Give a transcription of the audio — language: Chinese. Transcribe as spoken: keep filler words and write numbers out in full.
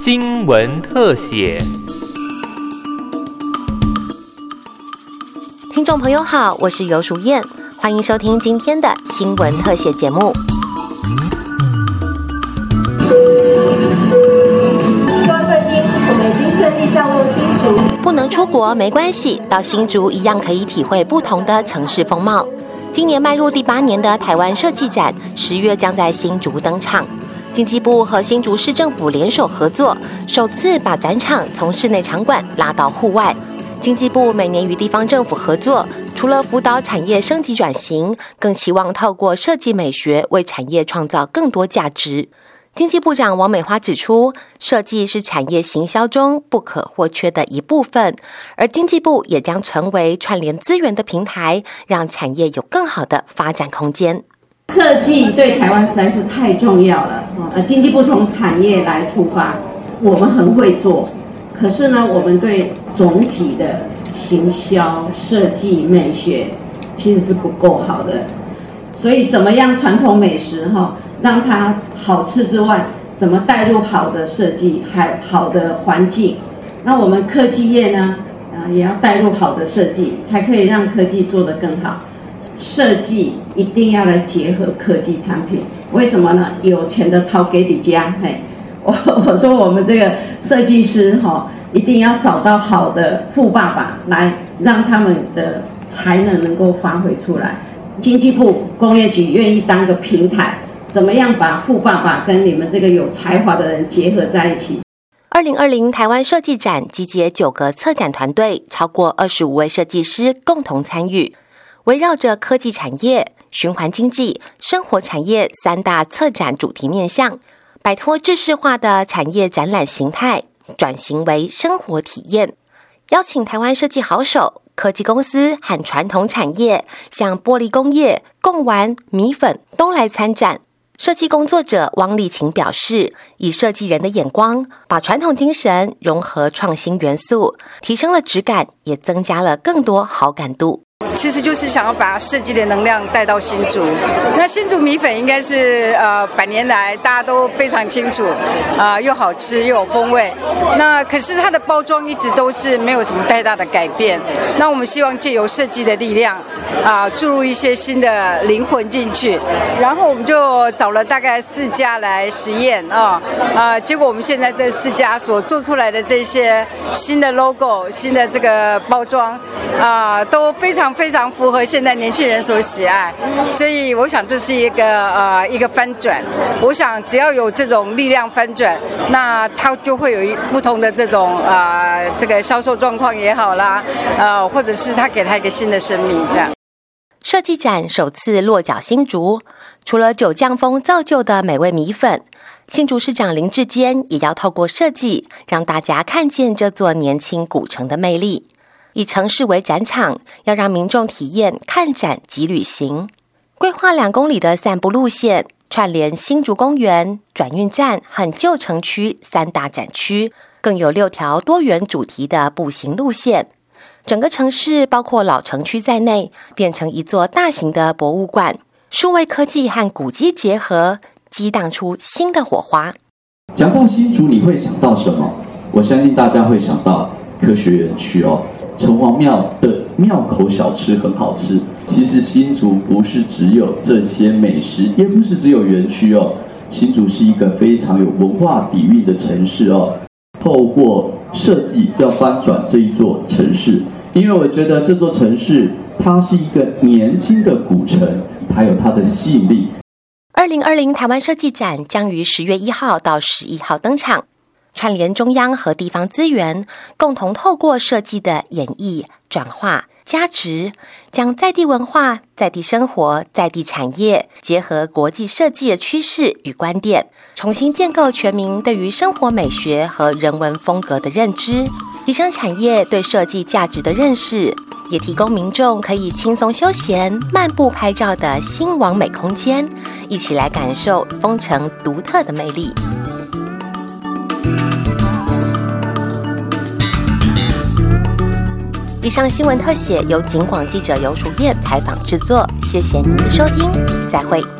新闻特写。 听众朋友好，我是游淑燕，欢迎收听今天的新闻特写节目。不能出国没关系，到新竹一样可以体会不同的城市风貌。今年迈入第八年的台湾设计展，十月将在新竹登场。经济部和新竹市政府联手合作，首次把展场从室内场馆拉到户外。经济部每年与地方政府合作，除了辅导产业升级转型，更期望透过设计美学为产业创造更多价值。经济部长王美花指出，设计是产业行销中不可或缺的一部分，而经济部也将成为串联资源的平台，让产业有更好的发展空间。 设计对台湾实在是太重要了，呃，经济部从产业来出发，我们很会做，可是呢，我们对总体的行销、设计、美学其实是不够好的，所以怎么样传统美食哈？让它好吃之外，怎么带入好的设计，还好的环境？那我们科技业呢，啊，也要带入好的设计，才可以让科技做得更好。设计一定要来结合科技产品，为什么呢？有钱的掏给你家，嘿，我我说我们这个设计师哈，一定要找到好的富爸爸，来让他们的才能能够发挥出来。经济部工业局愿意当个平台。怎么样把富爸爸跟你们这个有才华的人结合在一起？ 二零二零台湾设计展集结九个策展团队，超过二十五位设计师共同参与，围绕着科技产业、循环经济、生活产业三大策展主题面向，摆脱制式化的产业展览形态，转型为生活体验，邀请台湾设计好手、科技公司和传统产业，像玻璃工业、贡丸、米粉都来参展。设计工作者汪丽琴表示，以设计人的眼光，把传统精神融合创新元素，提升了质感，也增加了更多好感度。 其实就是想要把设计的能量带到新竹。那新竹米粉应该是呃百年来大家都非常清楚，啊、呃、又好吃又有风味。那可是它的包装一直都是没有什么太大的改变。那我们希望借由设计的力量，啊、呃、注入一些新的灵魂进去。然后我们就找了大概四家来实验啊，啊、呃、结果我们现在这四家所做出来的这些新的 logo、新的这个包装啊、呃、都非常。非常符合现在年轻人所喜爱，所以我想这是一个呃一个翻转。我想只要有这种力量翻转，那它就会有一不同的这种呃这个销售状况也好啦，呃或者是它给它一个新的生命这样。 设计展首次落脚新竹，除了九酱风造就的美味米粉，新竹市长林志坚也要透过设计，让大家看见这座年轻古城的魅力。以城市为展场，要让民众体验看展及旅行。规划两公里的散步路线，串联新竹公园、转运站和旧城区三大展区，更有六条多元主题的步行路线。整个城市包括老城区在内，变成一座大型的博物馆。数位科技和古迹结合，激荡出新的火花。 讲到新竹，你会想到什么？我相信大家会想到科学园区哦。城隍庙的庙口小吃很好吃，其实新竹不是只有这些美食，也不是只有园区哦。新竹是一个非常有文化底蕴的城市哦。透过设计要翻转这一座城市，因为我觉得这座城市它是一个年轻的古城，它有它的吸引力。 二零二零台湾设计展将于十月一号到十一号登场。串联中央和地方资源，共同透过设计的演绎、转化、加值，将在地文化、在地生活、在地产业结合国际设计的趋势与观点，重新建构全民对于生活美学和人文风格的认知，提升产业对设计价值的认识，也提供民众可以轻松休闲、漫步拍照的新完美空间，一起来感受风城独特的魅力。以上新闻特写由警广记者游淑燕采访制作，谢谢您的收听，再会。